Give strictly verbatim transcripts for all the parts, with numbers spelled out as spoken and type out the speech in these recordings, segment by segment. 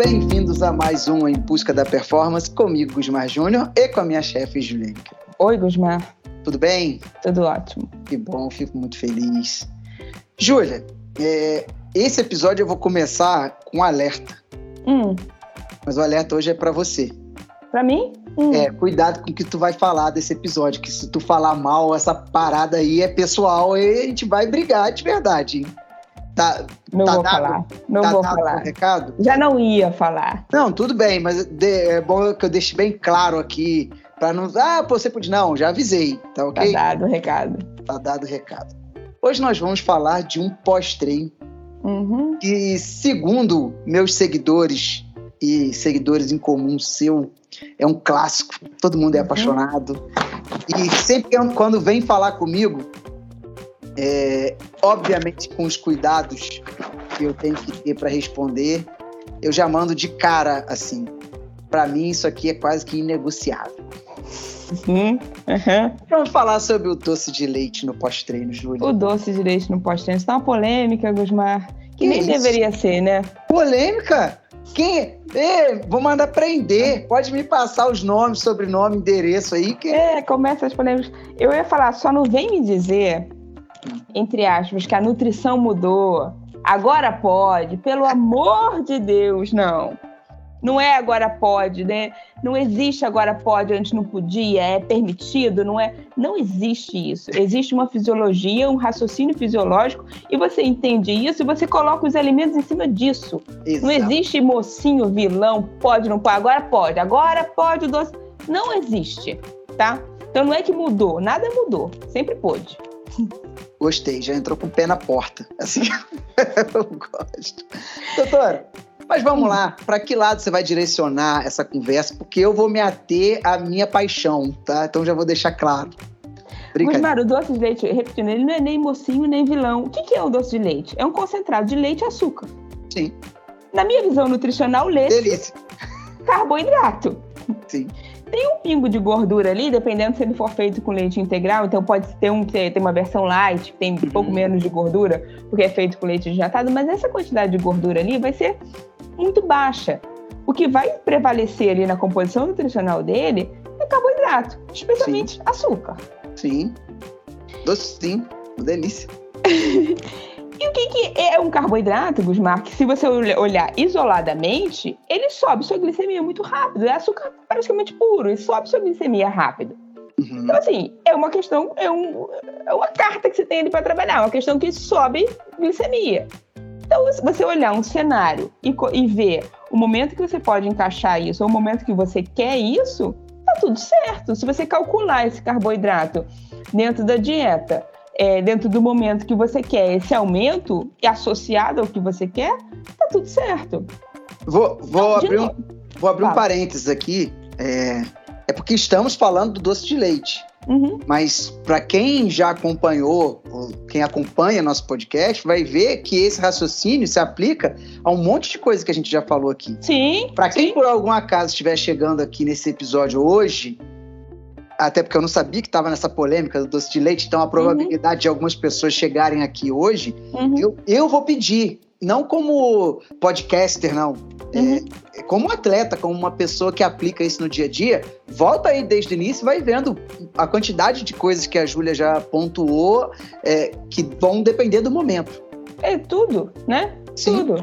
Bem-vindos a mais um Em Busca da Performance, comigo, Gusmar Júnior, e com a minha chefe, Juliênica. Oi, Gusmar. Tudo bem? Tudo ótimo. Que bom, fico muito feliz. Júlia, é, esse episódio eu vou começar com um alerta. Hum. Mas o alerta hoje é pra você. Pra mim? Hum. É, cuidado com o que tu vai falar desse episódio, que se tu falar mal, essa parada aí é pessoal e a gente vai brigar de verdade, hein? Tá, não tá vou dado, falar. Não tá vou dado falar. O recado? Já não ia falar. Não, tudo bem, mas de, é bom que eu deixe bem claro aqui, pra não... Ah, pô, você pode... Não, já avisei, tá ok? Tá dado o recado. Tá dado o recado. Hoje nós vamos falar de um pós-treino uhum. que, segundo meus seguidores e seguidores em comum seu, é um clássico. Todo mundo é apaixonado. Uhum. E sempre que, quando vem falar comigo, é, obviamente com os cuidados que eu tenho que ter para responder, eu já mando de cara, assim, para mim isso aqui é quase que inegociável. Uhum. Uhum. Vamos falar sobre o doce de leite no pós-treino, Júlia. O doce de leite no pós-treino. Isso tá uma polêmica, Gusmar, que, que nem isso? Deveria ser, né? Polêmica? Quem? Ei, vou mandar prender. Pode me passar os nomes, sobrenome, endereço aí. Que... É, começa as polêmicas. Eu ia falar, só não vem me dizer, entre aspas, que a nutrição mudou. Agora pode. Pelo amor de Deus, não. Não é agora pode, né? Não existe agora pode, antes não podia, é permitido, não é? Não existe isso. Existe uma fisiologia, um raciocínio fisiológico, e você entende isso e você coloca os alimentos em cima disso. Exato. Não existe mocinho, vilão, pode, não pode, agora pode, agora pode o doce. Não existe, tá? Então não é que mudou, nada mudou, sempre pôde. Gostei, já entrou com o pé na porta. Assim, eu gosto. Doutora, mas vamos lá, para que lado você vai direcionar essa conversa? Porque eu vou me ater à minha paixão, tá? Então já vou deixar claro. Gusmar, o doce de leite, repetindo, ele não é nem mocinho nem vilão. O que, que é o doce de leite? É um concentrado de leite e açúcar. Sim. Na minha visão nutricional, leite, delícia, carboidrato. Sim. Tem um pingo de gordura ali, dependendo se ele for feito com leite integral, então pode ter, um, ter, ter uma versão light, que tem um pouco menos de gordura, porque é feito com leite desnatado, mas essa quantidade de gordura ali vai ser muito baixa. O que vai prevalecer ali na composição nutricional dele é carboidrato, especialmente sim. Açúcar. Sim, doce sim, uma delícia. E o que, que é um carboidrato, Gusmar? Que se você olhar isoladamente, ele sobe sua glicemia muito rápido. É açúcar praticamente puro, ele sobe sua glicemia rápido. Uhum. Então, assim, é uma questão, é, um, é uma carta que você tem ali para trabalhar, é uma questão que sobe glicemia. Então, se você olhar um cenário e, e ver o momento que você pode encaixar isso, ou o momento que você quer isso, tá tudo certo. Se você calcular esse carboidrato dentro da dieta, É, dentro do momento que você quer esse aumento e associado ao que você quer, tá tudo certo. Vou, vou, abrir, um, vou abrir um parênteses aqui. É, é porque estamos falando do doce de leite. Uhum. Mas para quem já acompanhou, quem acompanha nosso podcast, vai ver que esse raciocínio se aplica a um monte de coisa que a gente já falou aqui. Sim. Para quem sim. por algum acaso estiver chegando aqui nesse episódio hoje, até porque eu não sabia que estava nessa polêmica do doce de leite, então a probabilidade uhum. de algumas pessoas chegarem aqui hoje, uhum. eu, eu vou pedir, não como podcaster, não, uhum. é, como atleta, como uma pessoa que aplica isso no dia a dia, volta aí desde o início e vai vendo a quantidade de coisas que a Júlia já pontuou, é, que vão depender do momento. É tudo, né? Sim. Tudo.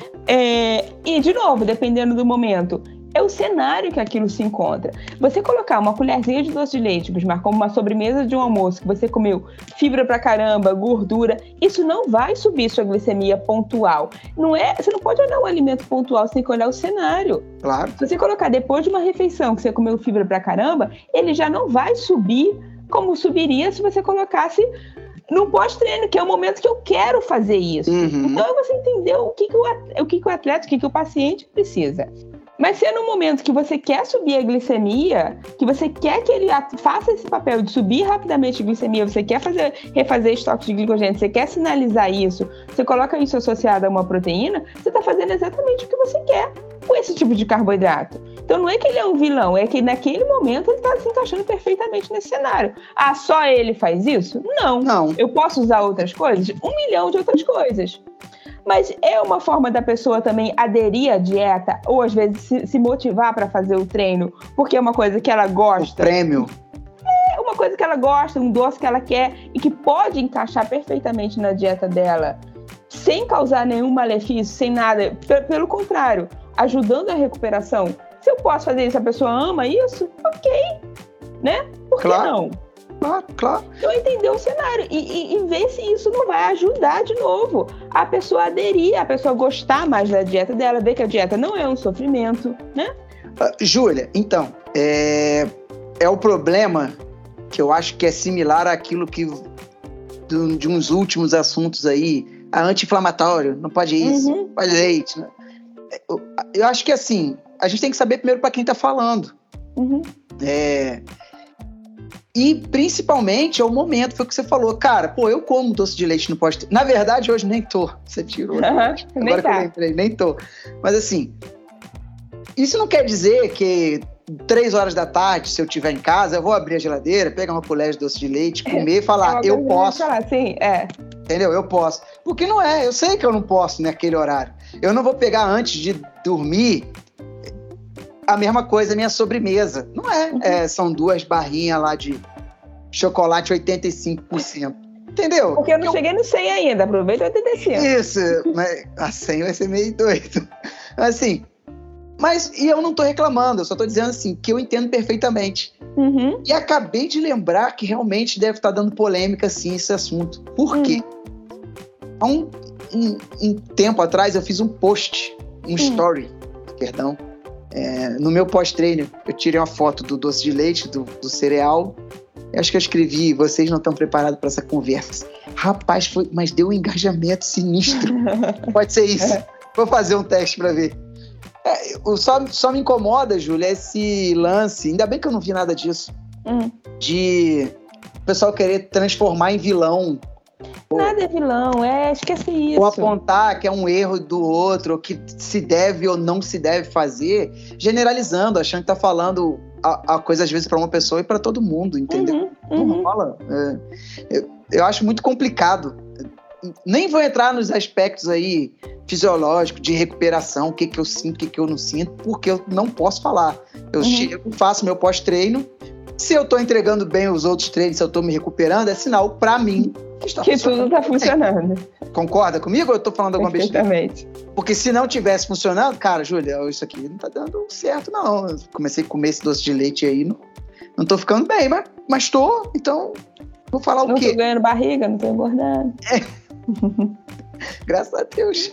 É, e, de novo, dependendo do momento, é o cenário que aquilo se encontra. Você colocar uma colherzinha de doce de leite, Gusmar, como uma sobremesa de um almoço, que você comeu fibra pra caramba, gordura, isso não vai subir sua glicemia pontual. Não é, você não pode olhar um alimento pontual, você tem que olhar o cenário. Claro. Se você colocar depois de uma refeição que você comeu fibra pra caramba, ele já não vai subir como subiria se você colocasse no pós-treino, que é o momento que eu quero fazer isso. Uhum. Então, você entendeu o que, que, o, o, que, que o atleta, o que, que o paciente precisa. Mas se é no momento que você quer subir a glicemia, que você quer que ele faça esse papel de subir rapidamente a glicemia, você quer fazer, refazer estoque de glicogênio, você quer sinalizar isso, você coloca isso associado a uma proteína, você está fazendo exatamente o que você quer com esse tipo de carboidrato. Então não é que ele é um vilão, é que naquele momento ele está se encaixando perfeitamente nesse cenário. Ah, só ele faz isso? Não. Não. Eu posso usar outras coisas? Um milhão de outras coisas. Mas é uma forma da pessoa também aderir à dieta, ou às vezes se, se motivar para fazer o treino, porque é uma coisa que ela gosta. O prêmio. É uma coisa que ela gosta, um doce que ela quer e que pode encaixar perfeitamente na dieta dela, sem causar nenhum malefício, sem nada. P- pelo contrário, ajudando a recuperação. Se eu posso fazer isso, a pessoa ama isso, ok, né? Por que Claro. não? Claro, claro. Então, entender o cenário e, e, e ver se isso não vai ajudar de novo a pessoa a aderir, a pessoa gostar mais da dieta dela, ver que a dieta não é um sofrimento, né? Uh, Júlia, então, é, é o problema que eu acho que é similar àquilo que de, de uns últimos assuntos aí, a anti-inflamatório, não pode isso, Uhum. não pode leite, né? Eu, eu acho que assim, a gente tem que saber primeiro para quem está falando. Uhum. É... E principalmente é o momento, foi o que você falou, cara, pô, eu como doce de leite no pós. Na verdade, hoje nem tô. Você tirou. Uhum, Agora nem que tá. eu lembrei, nem tô. Mas assim, isso não quer dizer que três horas da tarde, se eu estiver em casa, eu vou abrir a geladeira, pegar uma colher de doce de leite, comer e falar, É eu uma coisa posso. que eu ia falar, sim, é. Entendeu? Eu posso. Porque não é, eu sei que eu não posso naquele horário. Eu não vou pegar antes de dormir a mesma coisa, minha sobremesa. Não é, Uhum. é são duas barrinhas lá de chocolate oitenta e cinco por cento. Entendeu? Porque eu não eu... cheguei no cem ainda, aproveita o oitenta e cinco. Isso, mas a cem vai ser meio doido. Assim, mas, e eu não tô reclamando, eu só tô dizendo assim, que eu entendo perfeitamente. Uhum. E acabei de lembrar que realmente deve estar dando polêmica, sim, esse assunto. Por quê? Há um, um, um tempo atrás, eu fiz um post, um story, perdão, é, no meu pós-treino. Eu tirei uma foto do doce de leite, do, do cereal. Eu acho que eu escrevi, vocês não estão preparados para essa conversa. Rapaz, foi, mas deu um engajamento sinistro. Pode ser isso. Vou fazer um teste para ver. É, o, só, só me incomoda, Júlia, esse lance, ainda bem que eu não vi nada disso, Hum. de o pessoal querer transformar em vilão. Nada é vilão, é, esquece isso. Ou apontar que é um erro do outro, ou que se deve ou não se deve fazer, generalizando, achando que tá falando a, a coisa às vezes para uma pessoa e para todo mundo, entendeu? Uhum, uhum. Não rola. É, eu, eu acho muito complicado. Nem vou entrar nos aspectos aí fisiológicos, de recuperação, o que, que eu sinto, o que, que eu não sinto, porque eu não posso falar. Eu Uhum. chego, faço meu pós-treino. Se eu tô entregando bem os outros treinos, se eu tô me recuperando, é sinal para mim que está Que funcionando. tudo tá funcionando. Concorda comigo ou eu tô falando alguma besteira? Perfeitamente. Porque se não tivesse funcionando, cara, Júlia, isso aqui não tá dando certo, não. Eu comecei a comer esse doce de leite aí, não, não tô ficando bem, mas, mas tô, então vou falar o Não quê? tô ganhando barriga, não tô engordando. Graças a Deus.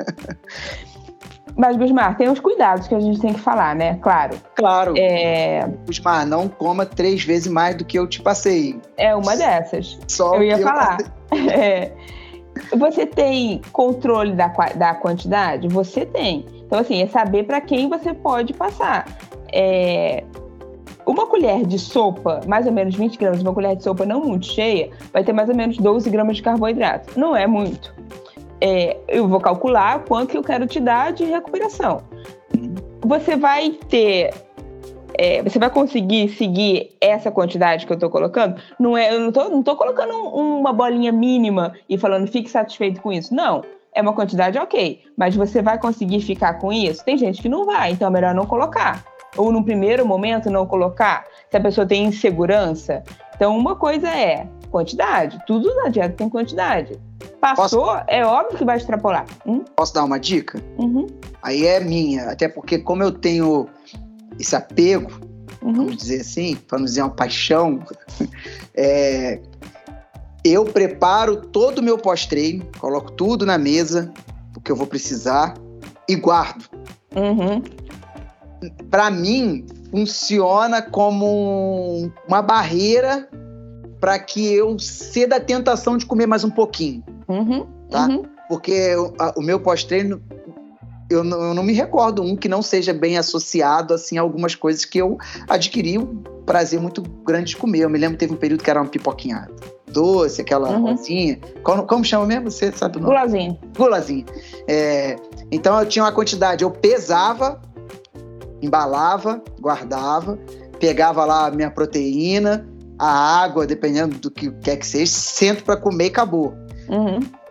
Mas, Gusmar, tem uns cuidados que a gente tem que falar, né? Claro. Claro. É, Gusmar, não coma três vezes mais do que eu te passei. é uma dessas. Só Eu ia que falar. passei. É. Você tem controle da, qua- da quantidade? Você tem. Então, assim, é saber para quem você pode passar. É, uma colher de sopa, mais ou menos vinte gramas, uma colher de sopa não muito cheia, vai ter mais ou menos doze gramas de carboidrato. Não é muito. É, eu vou calcular quanto que eu quero te dar de recuperação. Você vai ter... É, você vai conseguir seguir essa quantidade que eu tô colocando? Não é, eu não tô, não tô colocando um- uma bolinha mínima e falando fique satisfeito com isso. Não, é uma quantidade ok. Mas você vai conseguir ficar com isso? Tem gente que não vai, então é melhor não colocar. Ou no primeiro momento não colocar, se a pessoa tem insegurança. Então uma coisa é quantidade, tudo na dieta tem quantidade. Passou, Posso? é óbvio que vai extrapolar. Hum? Posso dar uma dica? Uhum, Aí é minha, até porque como eu tenho esse apego, uhum, vamos dizer assim, para não dizer uma paixão, é, eu preparo todo o meu pós-treino, coloco tudo na mesa, o que eu vou precisar, e guardo. uhum. Para mim, funciona como um- uma barreira para que eu ceda a tentação de comer mais um pouquinho. Uhum, Tá? uhum. Porque o, a- o meu pós-treino, eu não, eu não me recordo um que não seja bem associado assim, a algumas coisas que eu adquiri um prazer muito grande de comer. Eu me lembro que teve um período que era uma pipoquinha doce, aquela Uhum. rosinha. Como, como chama mesmo? Você sabe o nome? Gulazinho. Gulazinha. É, então eu tinha uma quantidade, eu pesava, embalava, guardava, pegava lá a minha proteína, a água, dependendo do que quer que seja, sento para comer e acabou. Uhum.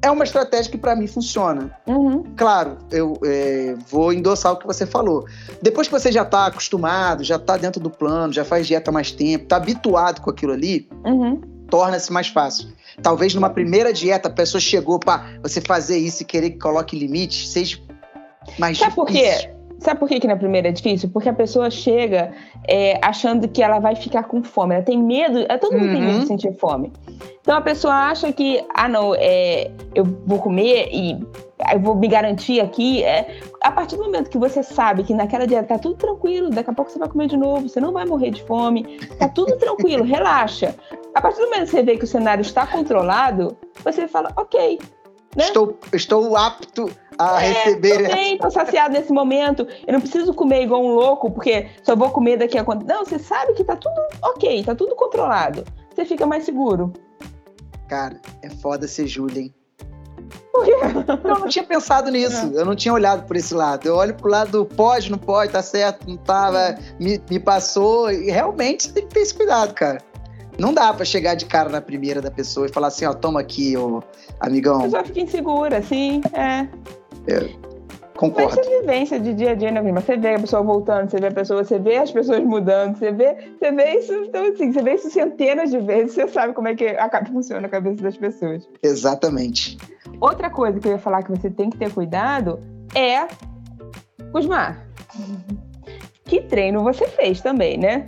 é uma estratégia que para mim funciona. Uhum. Claro, eu é, vou endossar o que você falou. Depois que você já está acostumado, já está dentro do plano, já faz dieta há mais tempo, está habituado com aquilo ali, uhum. torna-se mais fácil. Talvez numa primeira dieta a pessoa chegou para você fazer isso e querer que coloque limites, seja mais Sabe difícil. por quê? Sabe por que, que na primeira é difícil? Porque a pessoa chega é, achando que ela vai ficar com fome. Ela tem medo, todo mundo uhum. tem medo de sentir fome. Então a pessoa acha que, ah não, é, eu vou comer e eu vou me garantir aqui. É, a partir do momento que você sabe que naquela dieta tá tudo tranquilo, daqui a pouco você vai comer de novo, você não vai morrer de fome, tá tudo tranquilo, relaxa. A partir do momento que você vê que o cenário está controlado, você fala, ok. Né? Estou, estou apto a é, receber... Tô bem, tô saciado nesse momento. Eu não preciso comer igual um louco, porque só vou comer daqui a quanto... Não, você sabe que tá tudo ok, tá tudo controlado. Você fica mais seguro. Cara, é foda ser Júlia, hein? Por quê? Eu não tinha pensado nisso, eu não tinha olhado por esse lado. Eu olho pro lado do pode, não pode, tá certo, não tava, me, me passou. E realmente você tem que ter esse cuidado, cara. Não dá pra chegar de cara na primeira da pessoa e falar assim, ó, toma aqui, ô, amigão. A pessoa fica insegura, sim, é. Eu concordo. Mas é vivência de dia a dia, né, mas você vê a pessoa voltando, você vê a pessoa, você vê as pessoas mudando, você vê, você vê isso, então assim, você vê isso centenas de vezes, você sabe como é que a, funciona a cabeça das pessoas. Exatamente. Outra coisa que eu ia falar que você tem que ter cuidado é, Gusmar, que treino você fez também, né?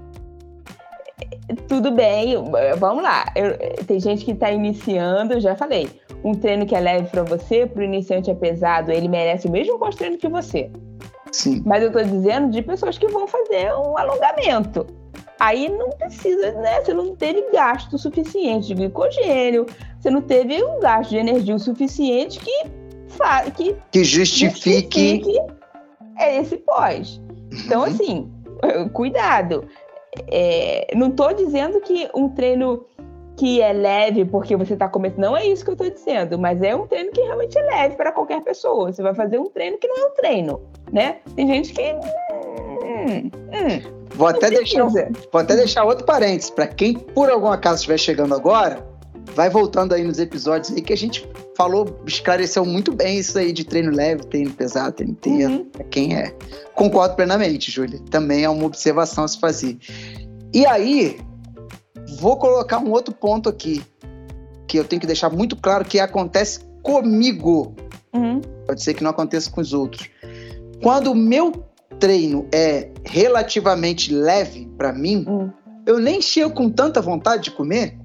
Tudo bem, vamos lá. Eu, tem gente que está iniciando, eu já falei. Um treino que é leve para você, para o iniciante é pesado, ele merece o mesmo treino que você. Sim. Mas eu estou dizendo de pessoas que vão fazer um alongamento. Aí não precisa, né? Você não teve gasto suficiente de glicogênio, você não teve um gasto de energia o suficiente que, fa- que, que justifique... justifique esse pós. Então, uhum. assim, cuidado. É, não estou dizendo que um treino que é leve porque você está começando, não é isso que eu estou dizendo, mas é um treino que realmente é leve para qualquer pessoa. Você vai fazer um treino que não é um treino, né? Tem gente que... Hum, hum, vou, até deixar, vou até deixar outro parênteses, para quem por algum acaso estiver chegando agora, vai voltando aí nos episódios aí que a gente falou, esclareceu muito bem isso aí de treino leve, treino pesado, treino inteiro, uhum. Pra quem é. Concordo plenamente, Júlia. Também é uma observação a se fazer. E aí, vou colocar um outro ponto aqui, que eu tenho que deixar muito claro que acontece comigo. Uhum. Pode ser que não aconteça com os outros. Quando o meu treino é relativamente leve pra mim, uhum. eu nem chego com tanta vontade de comer.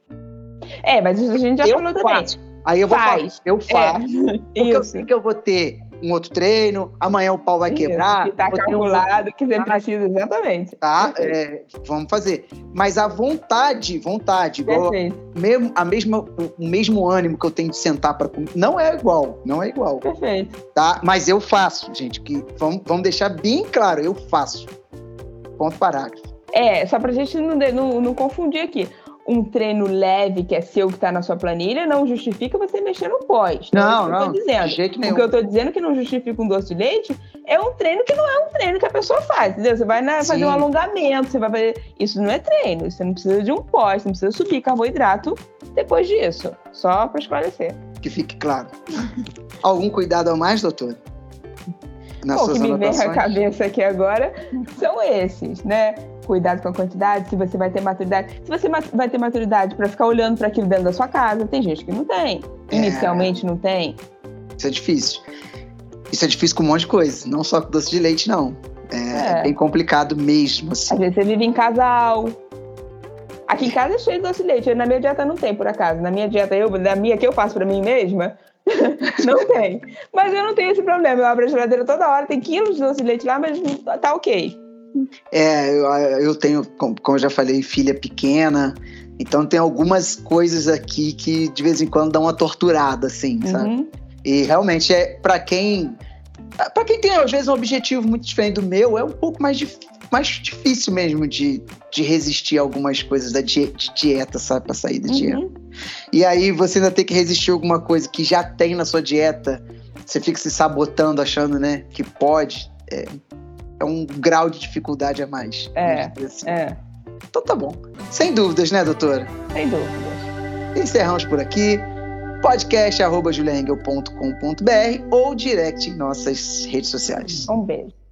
É, mas isso a gente já eu falou faço. também. Aí eu vou Faz. falar, eu faço. É. Porque eu sei que eu vou ter um outro treino, amanhã o pau vai quebrar. Que tá calculado, um... que você precisa, exatamente. Tá, é, vamos fazer. Mas a vontade, vontade, igual mesmo, a mesma, o mesmo ânimo que eu tenho de sentar para comer, não é igual, não é igual. Perfeito. Tá? Mas eu faço, gente, que vamos, vamos deixar bem claro, eu faço. Ponto parágrafo. É, só pra gente não, não, não confundir aqui. Um treino leve, que é seu, que está na sua planilha, não justifica você mexer no pós. Não, não. É não, de jeito nenhum. O que eu estou dizendo que não justifica um doce de leite é um treino que não é um treino que a pessoa faz, entendeu? Você vai na, fazer um alongamento, você vai fazer... Isso não é treino, você não precisa de um pós, você não precisa subir carboidrato depois disso. Só para esclarecer. Que fique claro. Algum cuidado a mais, doutor? Nas Pô, suas que me vem à cabeça aqui agora são esses, né? Cuidado com a quantidade, se você vai ter maturidade. Se você vai ter maturidade para ficar olhando para aquilo dentro da sua casa, tem gente que não tem. Inicialmente é... não tem. Isso é difícil. Isso é difícil com um monte de coisa, não só com doce de leite, não. É, é. é bem complicado mesmo, assim. Às vezes você vive em casal. Aqui em casa é cheio de doce de leite. Na minha dieta não tem, por acaso. Na minha dieta, eu, na minha que eu faço para mim mesma, não tem. Mas eu não tenho esse problema. Eu abro a geladeira toda hora, tem quilos de doce de leite lá, mas tá ok. É, eu, eu tenho, como eu já falei, filha pequena, então tem algumas coisas aqui que de vez em quando dão uma torturada, assim, uhum. sabe? E realmente é para quem, para quem tem às vezes um objetivo muito diferente do meu, é um pouco mais, dif, mais difícil mesmo de, de resistir a algumas coisas da di, de dieta, sabe? Para sair da uhum. dieta. E aí você ainda tem que resistir a alguma coisa que já tem na sua dieta, você fica se sabotando achando, né, que pode. É, É um grau de dificuldade a mais. É, assim. é. Então tá bom. Sem dúvidas, né, doutora? Sem dúvidas. Encerramos por aqui. podcast arroba julia engel ponto com ponto b r ou direct em nossas redes sociais. Um beijo.